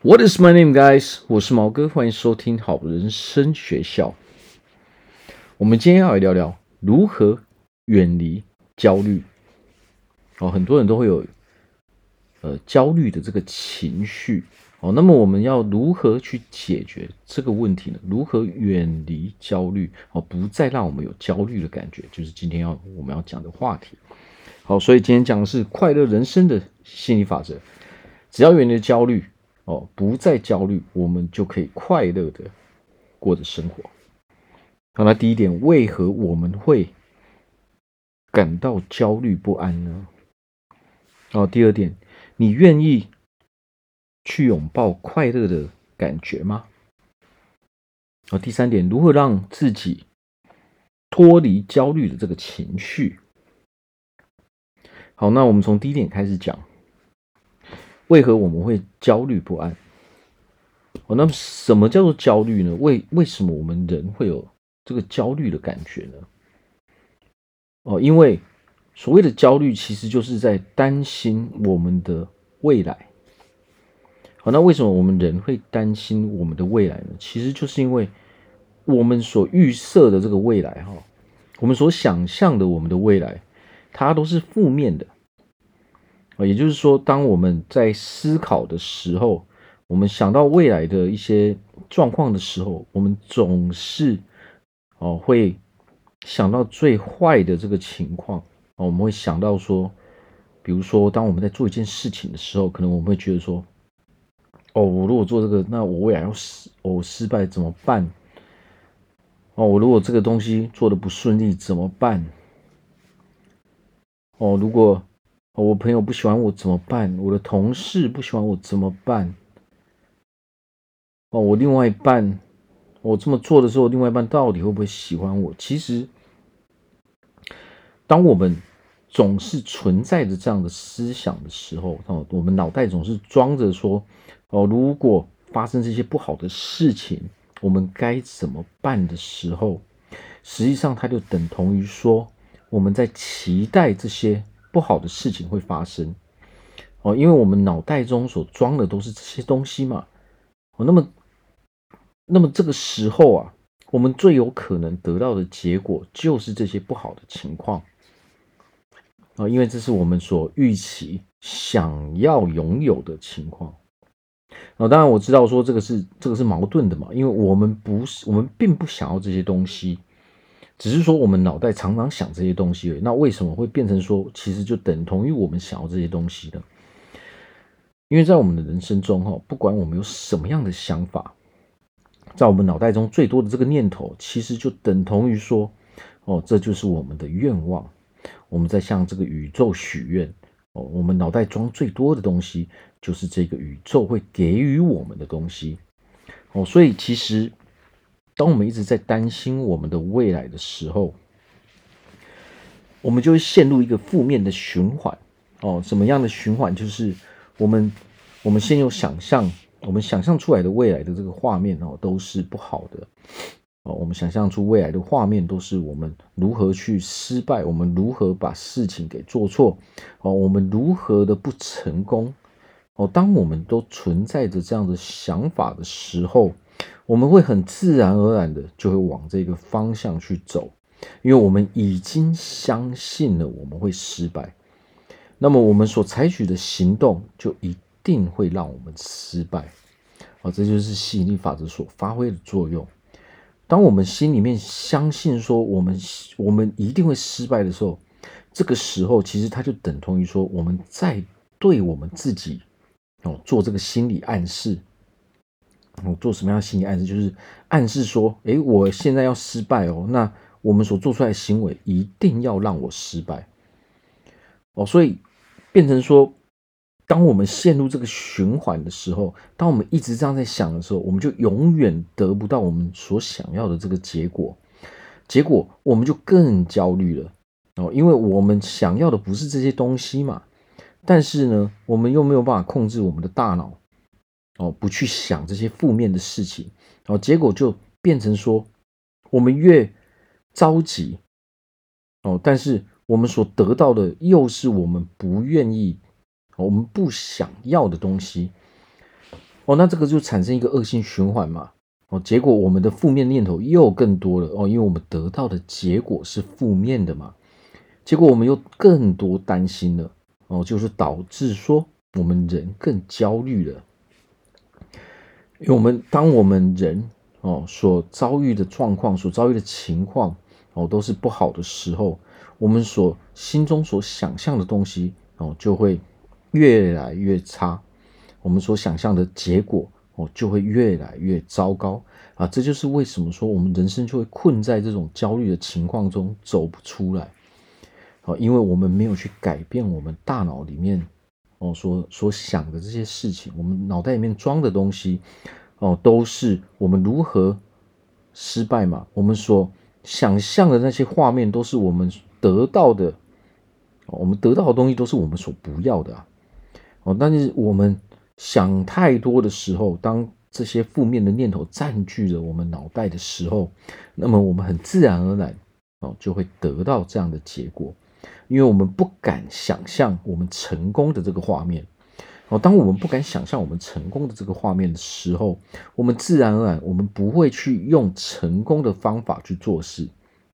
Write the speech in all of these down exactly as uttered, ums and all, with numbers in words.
What is my name, guys？ 我是毛哥，欢迎收听好人生学校。我们今天要来聊聊如何远离焦虑。哦，很多人都会有呃焦虑的这个情绪。哦，那么我们要如何去解决这个问题呢？如何远离焦虑？哦，不再让我们有焦虑的感觉，就是今天要我们要讲的话题。好，所以今天讲的是快乐人生的心理法则。只要远离焦虑。哦，不再焦虑，我们就可以快乐的过着生活。好，那第一点，为何我们会感到焦虑不安呢？好，第二点，你愿意去拥抱快乐的感觉吗？好，第三点，如何让自己脱离焦虑的这个情绪？好，那我们从第一点开始讲，为何我们会焦虑不安？哦，那么什么叫做焦虑呢？为为什么我们人会有这个焦虑的感觉呢？哦，因为所谓的焦虑，其实就是在担心我们的未来。好，那为什么我们人会担心我们的未来呢？其实就是因为我们所预设的这个未来，哈，我们所想象的我们的未来，它都是负面的。也就是说，当我们在思考的时候，我们想到未来的一些状况的时候，我们总是哦会想到最坏的这个情况。哦，我们会想到说，比如说，当我们在做一件事情的时候，可能我们会觉得说，哦，我如果做这个，那我未来要失，我失败怎么办？哦，我如果这个东西做的不顺利怎么办？哦，如果我朋友不喜欢我怎么办？我的同事不喜欢我怎么办？哦，我另外一半，我这么做的时候，另外一半到底会不会喜欢我？其实，当我们总是存在着这样的思想的时候，哦，我们脑袋总是装着说，哦，如果发生这些不好的事情，我们该怎么办的时候，实际上它就等同于说，我们在期待这些不好的事情会发生。哦，因为我们脑袋中所装的都是这些东西嘛。哦，那么，那么这个时候啊，我们最有可能得到的结果就是这些不好的情况。啊，因为这是我们所预期、想要拥有的情况。啊，当然我知道说这个是这个是矛盾的嘛，因为我们不是我们并不想要这些东西，只是说我们脑袋常常想这些东西而已。那为什么会变成说，其实就等同于我们想要这些东西呢？因为在我们的人生中，哈，不管我们有什么样的想法，在我们脑袋中最多的这个念头，其实就等同于说，哦，这就是我们的愿望。我们在向这个宇宙许愿。哦，我们脑袋装最多的东西，就是这个宇宙会给予我们的东西。哦，所以其实，当我们一直在担心我们的未来的时候，我们就会陷入一个负面的循环。哦，什么样的循环？就是我们我们先有想象，我们想象出来的未来的这个画面哦，都是不好的。哦，我们想象出未来的画面都是我们如何去失败，我们如何把事情给做错，哦，我们如何的不成功。哦，当我们都存在着这样的想法的时候，我们会很自然而然的就会往这个方向去走，因为我们已经相信了我们会失败，那么我们所采取的行动就一定会让我们失败。哦，这就是吸引力法则所发挥的作用。当我们心里面相信说我们我们一定会失败的时候，这个时候其实它就等同于说我们在对我们自己哦做这个心理暗示。哦，做什么样的心理暗示？就是暗示说，诶，我现在要失败哦，那我们所做出来的行为一定要让我失败。哦，所以变成说，当我们陷入这个循环的时候，当我们一直这样在想的时候，我们就永远得不到我们所想要的这个结果，结果我们就更焦虑了。哦，因为我们想要的不是这些东西嘛，但是呢，我们又没有办法控制我们的大脑，哦，不去想这些负面的事情，哦，结果就变成说，我们越着急，哦，但是我们所得到的又是我们不愿意、我们不想要的东西。 哦，那这个就产生一个恶性循环嘛。哦，结果我们的负面念头又更多了哦，因为我们得到的结果是负面的嘛，结果我们又更多担心了哦，就是导致说我们人更焦虑了。因为我们当我们人哦所遭遇的状况、所遭遇的情况哦都是不好的时候，我们所心中所想象的东西哦就会越来越差，我们所想象的结果哦就会越来越糟糕啊！这就是为什么说我们人生就会困在这种焦虑的情况中走不出来。哦，因为我们没有去改变我们大脑里面哦所所想的这些事情，我们脑袋里面装的东西哦，都是我们如何失败嘛？我们所想象的那些画面，都是我们得到的，哦我们得到的东西都是我们所不要的啊。哦，但是我们想太多的时候，当这些负面的念头占据了我们脑袋的时候，那么我们很自然而然哦就会得到这样的结果。因为我们不敢想象我们成功的这个画面哦，当我们不敢想象我们成功的这个画面的时候，我们自然而然我们不会去用成功的方法去做事。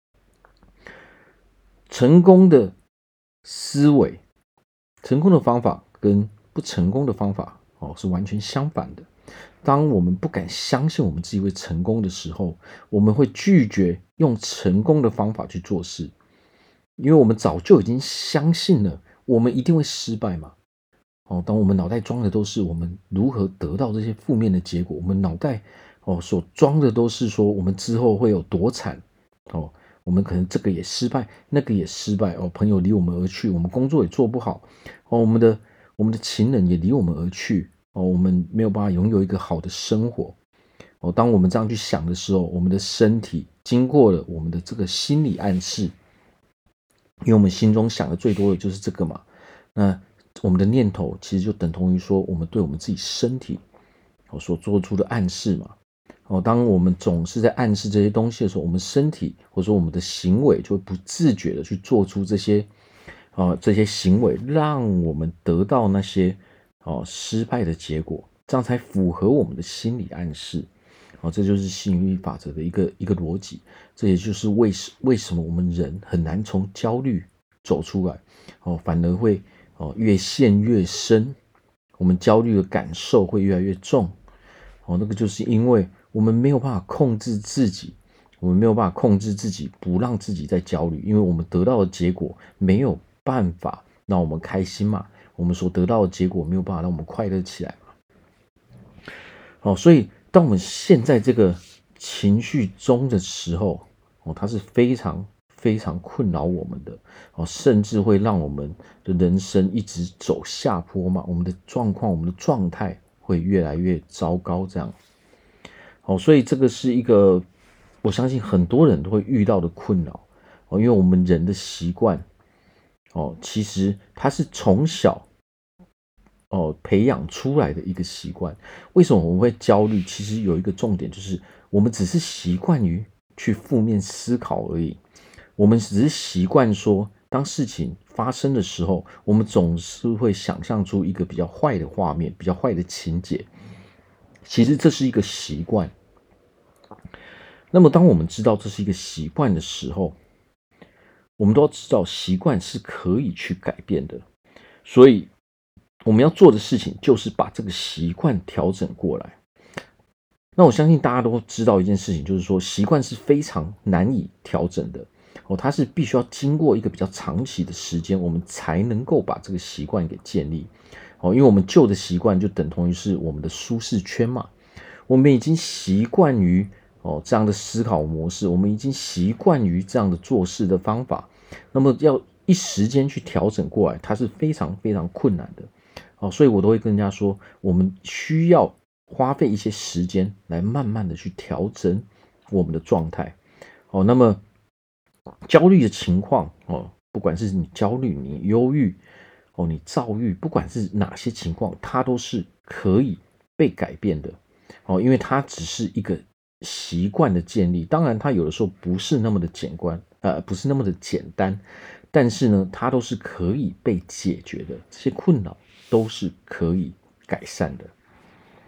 成功的思维、成功的方法跟不成功的方法哦是完全相反的。当我们不敢相信我们自己会成功的时候，我们会拒绝用成功的方法去做事。因为我们早就已经相信了，我们一定会失败嘛。哦，当我们脑袋装的都是我们如何得到这些负面的结果，我们脑袋哦所装的都是说我们之后会有多惨哦，我们可能这个也失败，那个也失败哦，朋友离我们而去，我们工作也做不好哦，我们的我们的情人也离我们而去哦，我们没有办法拥有一个好的生活哦。当我们这样去想的时候，我们的身体经过了我们的这个心理暗示。因为我们心中想的最多的就是这个嘛，那我们的念头其实就等同于说我们对我们自己身体所做出的暗示嘛。哦，当我们总是在暗示这些东西的时候，我们身体或者说我们的行为就会不自觉的去做出这些啊、呃、这些行为，让我们得到那些哦、呃、失败的结果，这样才符合我们的心理暗示。哦，这就是吸引力法则的一个一个逻辑，这也就是为什为什么我们人很难从焦虑走出来，哦，反而会哦越陷越深，我们焦虑的感受会越来越重，哦，那个就是因为我们没有办法控制自己，我们没有办法控制自己，不让自己再焦虑，因为我们得到的结果没有办法让我们开心嘛，我们所得到的结果没有办法让我们快乐起来嘛，哦，所以。当我们陷在这个情绪中的时候，哦，它是非常非常困扰我们的，哦，甚至会让我们的人生一直走下坡嘛，我们的状况、我们的状态会越来越糟糕，这样。哦，所以这个是一个我相信很多人都会遇到的困扰，哦，因为我们人的习惯，哦，其实它是从小。哦，培养出来的一个习惯。为什么我们会焦虑？其实有一个重点，就是我们只是习惯于去负面思考而已。我们只是习惯说，当事情发生的时候，我们总是会想象出一个比较坏的画面、比较坏的情节。其实这是一个习惯。那么，当我们知道这是一个习惯的时候，我们都要知道习惯是可以去改变的。所以，我们要做的事情就是把这个习惯调整过来。那我相信大家都知道一件事情，就是说习惯是非常难以调整的哦，它是必须要经过一个比较长期的时间，我们才能够把这个习惯给建立哦。因为我们旧的习惯就等同于是我们的舒适圈嘛，我们已经习惯于哦这样的思考模式，我们已经习惯于这样的做事的方法，那么要一时间去调整过来，它是非常非常困难的。哦，所以我都会跟人家说，我们需要花费一些时间来慢慢的去调整我们的状态。哦，那么焦虑的情况，哦，不管是你焦虑、你忧郁、哦，你躁郁，不管是哪些情况，它都是可以被改变的。哦，因为它只是一个习惯的建立，当然它有的时候不是那么的简单，呃，不是那么的简单，但是呢，它都是可以被解决的，这些困扰都是可以改善的。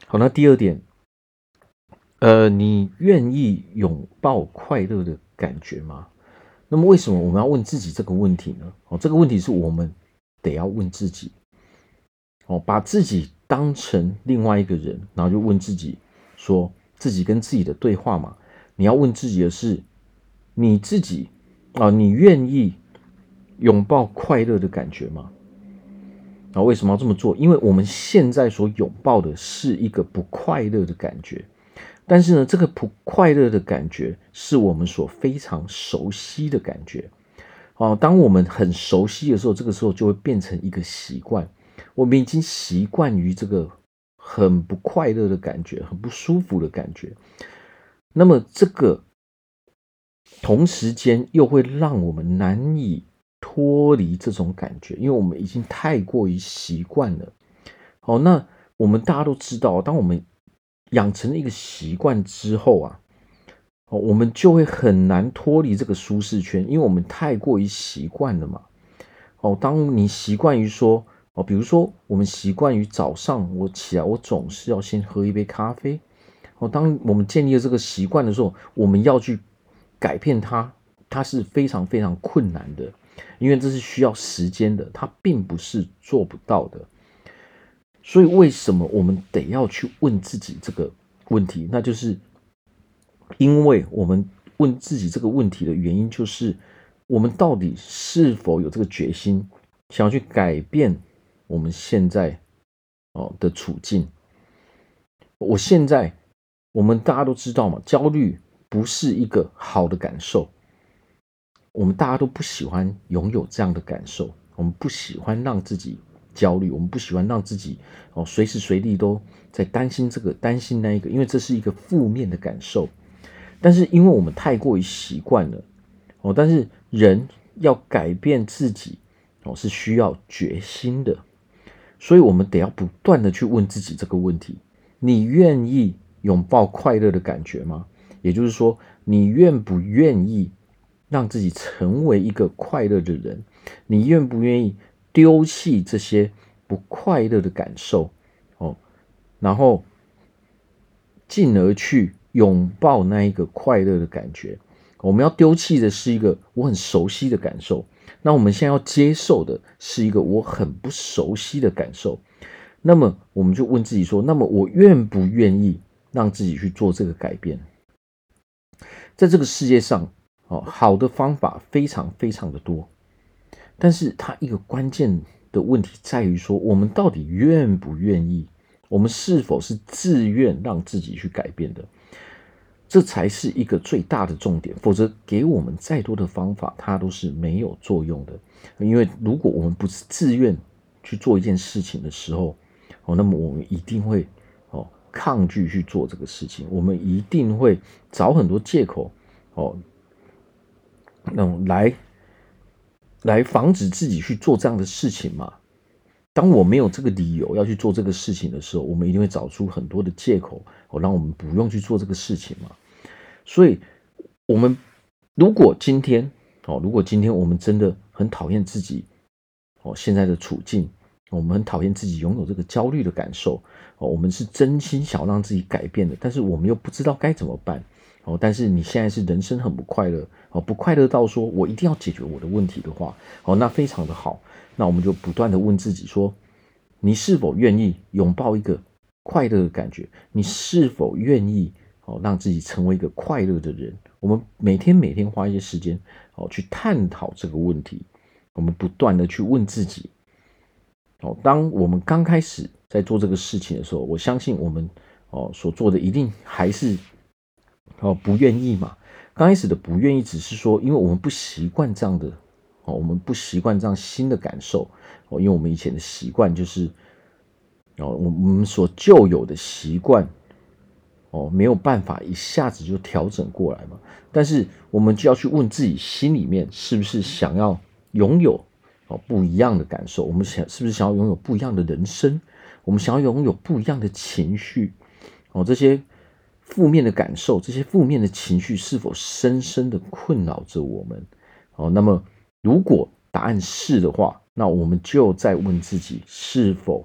好，那第二点，呃，你愿意拥抱快乐的感觉吗？那么为什么我们要问自己这个问题呢？哦，这个问题是我们得要问自己。哦，把自己当成另外一个人，然后就问自己说，自己跟自己的对话嘛。你要问自己的是，你自己啊，你愿意拥抱快乐的感觉吗？啊，为什么要这么做？因为我们现在所拥抱的是一个不快乐的感觉，但是呢，这个不快乐的感觉是我们所非常熟悉的感觉。哦，当我们很熟悉的时候，这个时候就会变成一个习惯。我们已经习惯于这个很不快乐的感觉，很不舒服的感觉。那么这个同时间又会让我们难以脱离这种感觉，因为我们已经太过于习惯了。好，那我们大家都知道，当我们养成了一个习惯之后啊，哦，我们就会很难脱离这个舒适圈，因为我们太过于习惯了嘛。哦，当你习惯于说，哦，比如说我们习惯于早上我起来，我总是要先喝一杯咖啡。哦，当我们建立了这个习惯的时候，我们要去改变它，它是非常非常困难的，因为这是需要时间的，它并不是做不到的。所以为什么我们得要去问自己这个问题？那就是因为我们问自己这个问题的原因，就是我们到底是否有这个决心，想要去改变我们现在哦的处境。我现在，我们大家都知道嘛，焦虑不是一个好的感受，我们大家都不喜欢拥有这样的感受，我们不喜欢让自己焦虑，我们不喜欢让自己哦随时随地都在担心这个担心那一个，因为这是一个负面的感受。但是因为我们太过于习惯了哦，但是人要改变自己哦是需要决心的，所以我们得要不断的去问自己这个问题：你愿意拥抱快乐的感觉吗？也就是说，你愿不愿意让自己成为一个快乐的人？你愿不愿意丢弃这些不快乐的感受哦，然后进而去拥抱那一个快乐的感觉？我们要丢弃的是一个我很熟悉的感受，那我们现在要接受的是一个我很不熟悉的感受。那么我们就问自己说，那么我愿不愿意让自己去做这个改变？在这个世界上，哦，好的方法非常非常的多，但是它一个关键的问题在于说，我们到底愿不愿意？我们是否是自愿让自己去改变的？这才是一个最大的重点，否则给我们再多的方法，它都是没有作用的。因为如果我们不是自愿去做一件事情的时候，哦，那么我们一定会哦抗拒去做这个事情，我们一定会找很多借口哦，那种来来防止自己去做这样的事情嘛。当我没有这个理由要去做这个事情的时候，我们一定会找出很多的借口，哦，让我们不用去做这个事情嘛。所以，我们如果今天，哦，如果今天我们真的很讨厌自己，哦，现在的处境，我们很讨厌自己拥有这个焦虑的感受，哦，我们是真心想要让自己改变的，但是我们又不知道该怎么办，哦，但是你现在是人生很不快乐，哦，不快乐到说我一定要解决我的问题的话，哦，那非常的好，那我们就不断的问自己说，你是否愿意拥抱一个快乐的感觉？你是否愿意哦让自己成为一个快乐的人？我们每天每天花一些时间哦去探讨这个问题，我们不断的去问自己。哦，当我们刚开始在做这个事情的时候，我相信我们哦所做的一定还是哦不愿意嘛。刚开始的不愿意，只是说，因为我们不习惯这样的哦，我们不习惯这样新的感受哦，因为我们以前的习惯就是哦，我们所旧有的习惯哦，没有办法一下子就调整过来嘛。但是我们就要去问自己心里面是不是想要拥有哦不一样的感受，我们想是不是想要拥有不一样的人生，我们想要拥有不一样的情绪哦，这些负面的感受，这些负面的情绪是否深深的困扰着我们？哦，那么如果答案是的话，那我们就再问自己是否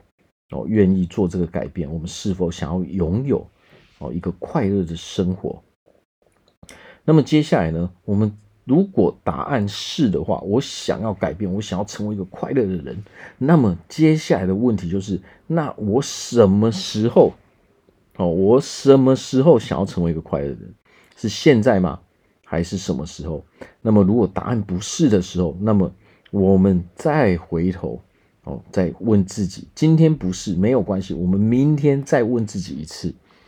哦愿意做这个改变，我们是否想要拥有哦一个快乐的生活。那么接下来呢，我们如果答案是的话，我想要改变，我想要成为一个快乐的人，那么接下来的问题就是，那我什么时候哦，我什么时候想要成为一个快乐的人？是现在吗？还是什么时候？那么如果答案不是的时候，那么我们再回头哦，再问自己，今天不是没有关系，我们明天再问自己一次。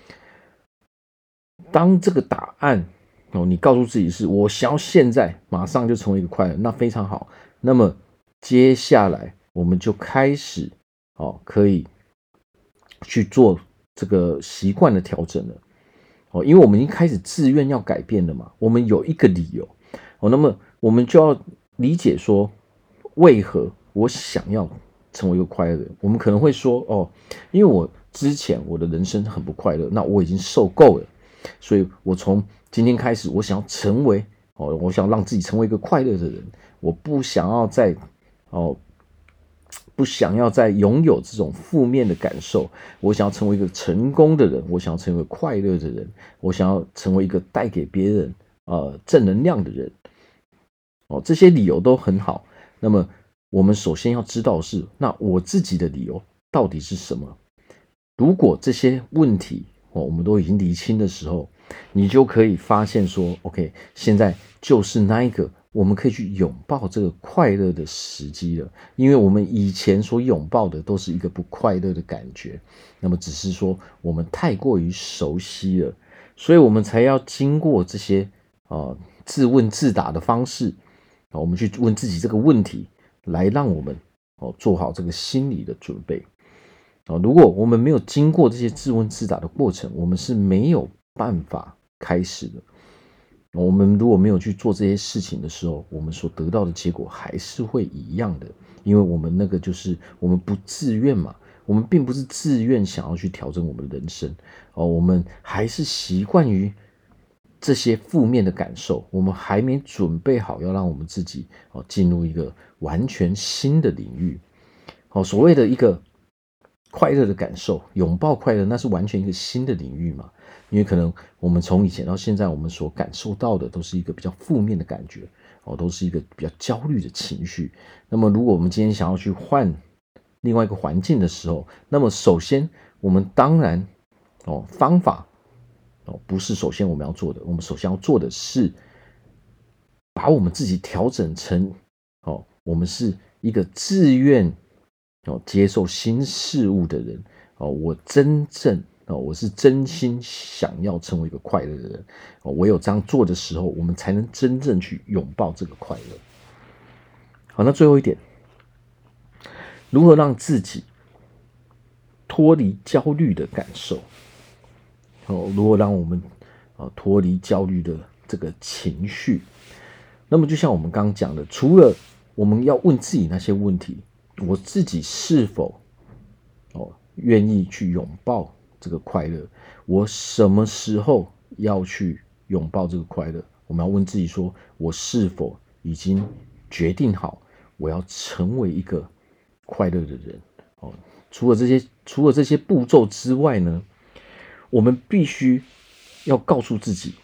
当这个答案哦，你告诉自己是我想要现在马上就成为一个快乐，那非常好。那么接下来我们就开始哦，可以去做这个习惯的调整了哦，因为我们已经开始自愿要改变了嘛，我们有一个理由哦，那么我们就要理解说，为何我想要成为一个快乐的人。我们可能会说哦，因为我之前我的人生很不快乐，那我已经受够了。所以我从今天开始，我想要成为哦，我想让自己成为一个快乐的人，我不想要再哦，不想要再拥有这种负面的感受，我想要成为一个成功的人，我想要成为一个快乐的人，我想要成为一个带给别人呃正能量的人。哦，这些理由都很好。那么我们首先要知道的是，那我自己的理由到底是什么？如果这些问题哦，我们都已经厘清的时候，你就可以发现说 ，OK， 现在就是那一个我们可以去拥抱这个快乐的时机了。因为我们以前所拥抱的都是一个不快乐的感觉，那么只是说我们太过于熟悉了，所以我们才要经过这些呃自问自答的方式，我们去问自己这个问题，来让我们哦做好这个心理的准备。如果我们没有经过这些自问自答的过程，我们是没有办法开始的。我们如果没有去做这些事情的时候，我们所得到的结果还是会一样的，因为我们那个就是我们不自愿嘛，我们并不是自愿想要去调整我们的人生哦，我们还是习惯于这些负面的感受，我们还没准备好要让我们自己哦进入一个完全新的领域。哦，所谓的一个快乐的感受，拥抱快乐，那是完全一个新的领域嘛。因为可能我们从以前到现在，我们所感受到的都是一个比较负面的感觉哦，都是一个比较焦虑的情绪。那么，如果我们今天想要去换另外一个环境的时候，那么首先我们当然哦方法哦不是首先我们要做的，我们首先要做的是把我们自己调整成哦，我们是一个自愿哦接受新事物的人哦，我真正哦我是真心想要成为一个快乐的人哦，唯有这样做的时候，我们才能真正去拥抱这个快乐。好，那最后一点，如何让自己脱离焦虑的感受？哦，如何让我们啊脱离焦虑的这个情绪？那么就像我们刚刚讲的，除了我们要问自己那些问题，我自己是否哦愿意去拥抱这个快乐？我什么时候要去拥抱这个快乐？我们要问自己说，我是否已经决定好我要成为一个快乐的人？哦，除了这些，除了这些步骤之外呢，我们必须要告诉自己，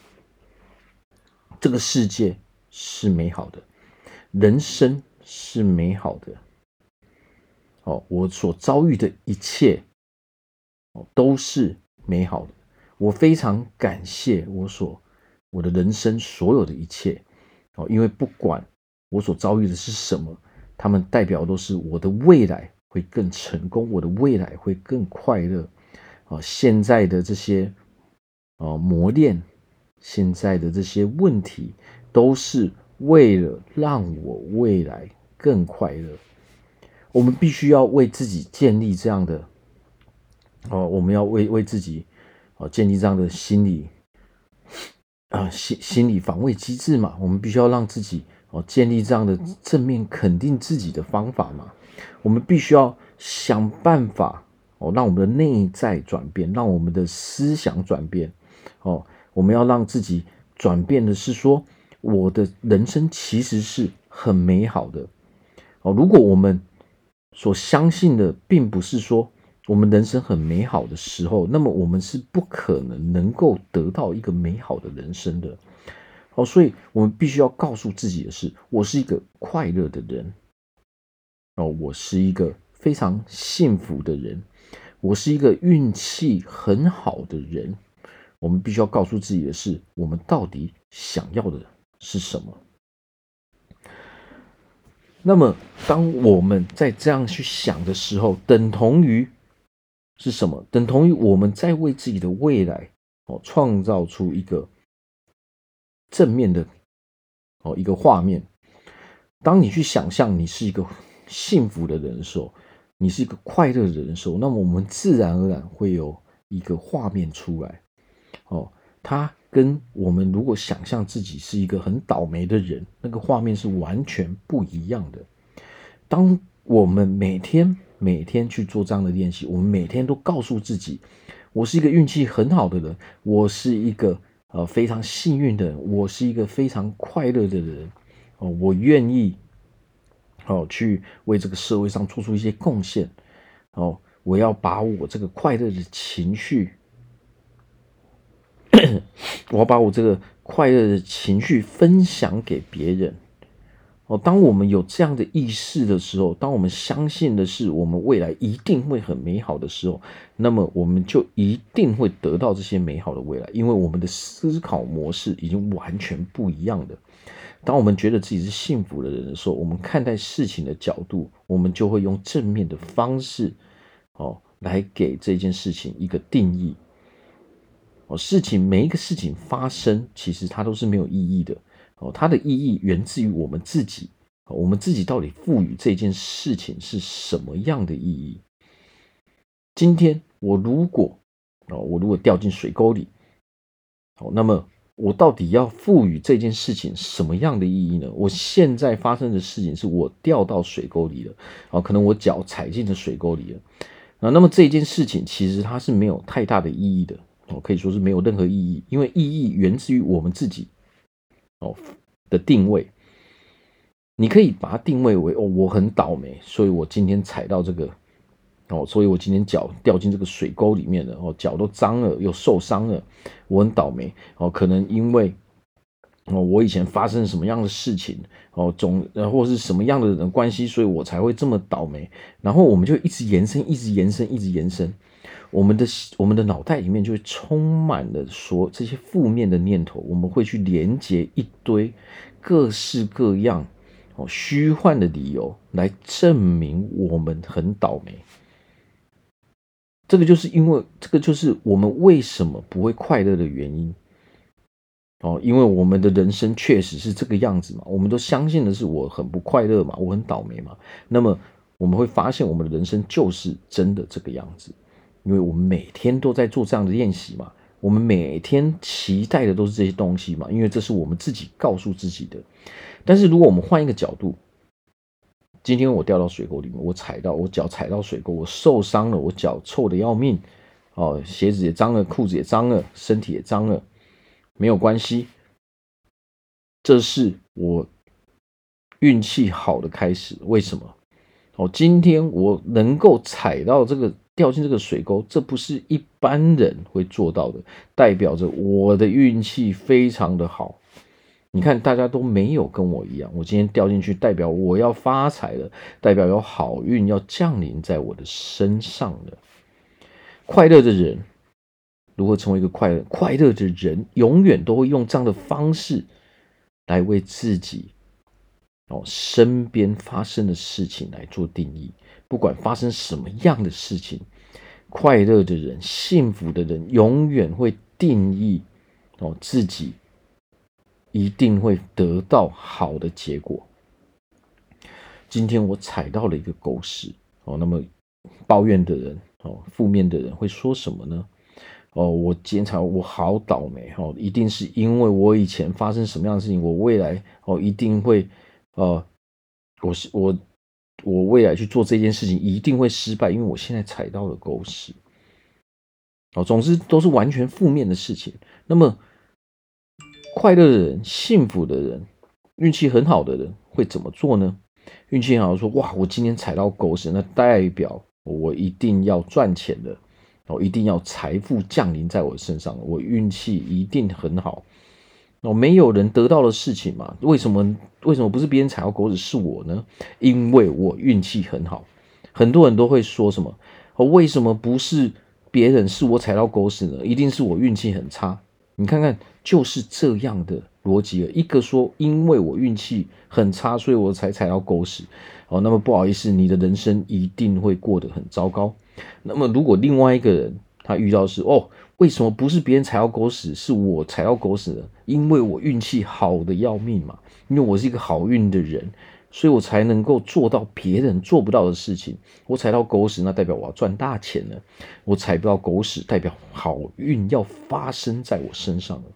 这个世界是美好的，人生是美好的。哦，我所遭遇的一切，哦，都是美好的。我非常感谢我所我的人生所有的一切，哦，因为不管我所遭遇的是什么，他们代表都是我的未来会更成功，我的未来会更快乐。哦，现在的这些哦磨练，现在的这些问题，都是为了让我未来更快乐。我们必须要为自己建立这样的哦，我们要为为自己哦建立这样的心理啊心心理防卫机制嘛。我们必须要让自己哦建立这样的正面肯定自己的方法嘛。我们必须要想办法哦，让我们的内在转变，让我们的思想转变哦。我们要让自己转变的是说，我的人生其实是很美好的哦。如果我们所相信的，并不是说我们人生很美好的时候，那么我们是不可能能够得到一个美好的人生的。哦，所以我们必须要告诉自己的是，我是一个快乐的人。哦，我是一个非常幸福的人，我是一个运气很好的人。我们必须要告诉自己的是，我们到底想要的是什么。那么，当我们在这样去想的时候，等同于是什么？等同于我们在为自己的未来哦创造出一个正面的哦一个画面。当你去想象你是一个幸福的人的时候，你是一个快乐的人的时候，那么我们自然而然会有一个画面出来。哦，它跟我们如果想象自己是一个很倒霉的人，那个画面是完全不一样的。当我们每天每天去做这样的练习，我们每天都告诉自己，我是一个运气很好的人，我是一个呃非常幸运的人，我是一个非常快乐的人。哦，我愿意哦去为这个社会上做出一些贡献。哦，我要把我这个快乐的情绪我要把我这个快乐的情绪分享给别人。哦，当我们有这样的意识的时候，当我们相信的是我们未来一定会很美好的时候，那么我们就一定会得到这些美好的未来，因为我们的思考模式已经完全不一样的。当我们觉得自己是幸福的人的时候，我们看待事情的角度，我们就会用正面的方式，哦，来给这件事情一个定义。哦，事情每一个事情发生，其实它都是没有意义的。哦，它的意义源自于我们自己。哦，我们自己到底赋予这件事情是什么样的意义？今天我如果，哦，我如果掉进水沟里，哦，那么我到底要赋予这件事情什么样的意义呢？我现在发生的事情是我掉到水沟里了，哦，可能我脚踩进了水沟里了。啊，那么这件事情其实它是没有太大的意义的。哦，可以说是没有任何意义，因为意义源自于我们自己哦的定位。你可以把它定位为哦，我很倒霉，所以我今天踩到这个哦，所以我今天脚掉进这个水沟里面了哦，脚都脏了又受伤了，我很倒霉哦，可能因为哦我以前发生什么样的事情哦，总呃或是什么样的人关系，所以我才会这么倒霉。然后我们就一直延伸，一直延伸，一直延伸。我们的我们的脑袋里面就会充满了说这些负面的念头，我们会去连接一堆各式各样哦虚幻的理由来证明我们很倒霉。这个就是因为这个就是我们为什么不会快乐的原因哦，因为我们的人生确实是这个样子嘛，我们都相信的是我很不快乐嘛，我很倒霉嘛，那么我们会发现我们的人生就是真的这个样子。因为我们每天都在做这样的练习嘛，我们每天期待的都是这些东西嘛，因为这是我们自己告诉自己的。但是如果我们换一个角度，今天我掉到水沟里面，我踩到我脚踩到水沟，我受伤了，我脚臭得要命，哦，鞋子也脏了，裤子也脏了，身体也脏了，没有关系，这是我运气好的开始。为什么？哦，今天我能够踩到这个掉进这个水沟，这不是一般人会做到的，代表着我的运气非常的好。你看，大家都没有跟我一样，我今天掉进去，代表我要发财了，代表有好运要降临在我的身上了。快乐的人如何成为一个快乐？快乐的人永远都会用这样的方式来为自己哦，身边发生的事情来做定义，不管发生什么样的事情，快乐的人、幸福的人，永远会定义哦自己一定会得到好的结果。今天我踩到了一个狗屎哦，那么抱怨的人哦，负面的人会说什么呢？哦，我今天踩我好倒霉哦，一定是因为我以前发生什么样的事情，我未来哦一定会。呃，我是我，我未来去做这件事情一定会失败，因为我现在踩到了狗屎。哦，总之都是完全负面的事情。那么，快乐的人、幸福的人、运气很好的人会怎么做呢？ 运气很好说，哇，我今天踩到狗屎，那代表我一定要赚钱了，哦，一定要财富降临在我身上，我运气一定很好。哦，没有人得到的事情嘛，为什么为什么不是别人踩到狗屎是我呢？因为我运气很好。很多人都会说什么，哦，为什么不是别人是我踩到狗屎呢？一定是我运气很差。你看看，就是这样的逻辑了。一个说因为我运气很差，所以我才踩到狗屎。哦，那么不好意思，你的人生一定会过得很糟糕。那么如果另外一个人他遇到的是哦，为什么不是别人踩到狗屎，是我踩到狗屎呢？因为我运气好的要命嘛，因为我是一个好运的人，所以我才能够做到别人做不到的事情。我踩到狗屎，那代表我要赚大钱了；我踩不到狗屎，代表好运要发生在我身上了。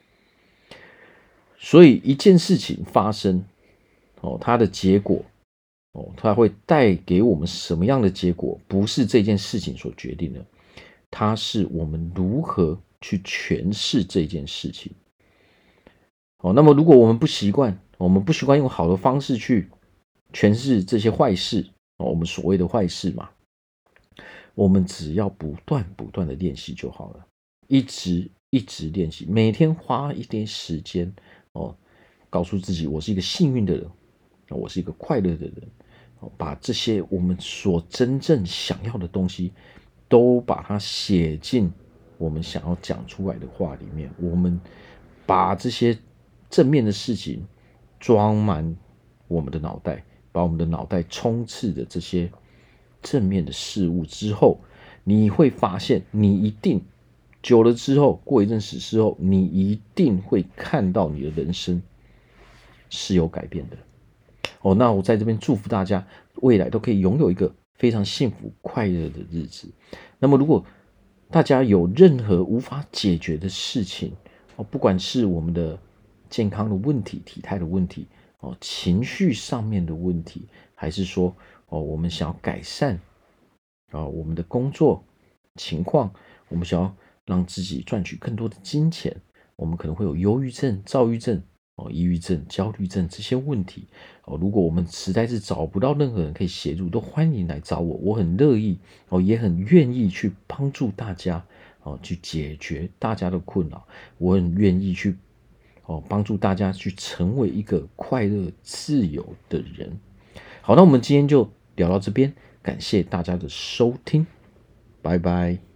所以一件事情发生，哦，它的结果，哦，它会带给我们什么样的结果，不是这件事情所决定的，它是我们如何去诠释这件事情。哦，那么如果我们不习惯，我们不习惯用好的方式去诠释这些坏事，哦，我们所谓的坏事嘛，我们只要不断不断的练习就好了，一直一直练习，每天花一点时间，哦，告诉自己我是一个幸运的人，我是一个快乐的人，哦，把这些我们所真正想要的东西，都把它写进我们想要讲出来的话里面，我们把这些正面的事情装满我们的脑袋，把我们的脑袋充斥着这些正面的事物之后，你会发现，你一定久了之后，过一阵子之后，你一定会看到你的人生是有改变的。哦，那我在这边祝福大家，未来都可以拥有一个非常幸福快乐的日子。那么，如果大家有任何无法解决的事情，哦，不管是我们的健康的问题、体态的问题，哦，情绪上面的问题，还是说，哦，我们想要改善，啊，我们的工作情况，我们想要让自己赚取更多的金钱，我们可能会有忧郁症、躁郁症、哦，抑郁症、焦虑症这些问题。哦，如果我们实在是找不到任何人可以协助，都欢迎来找我，我很乐意，哦，也很愿意去帮助大家，哦，去解决大家的困扰。我很愿意去，哦，帮助大家去成为一个快乐、自由的人。好，那我们今天就聊到这边，感谢大家的收听，拜拜。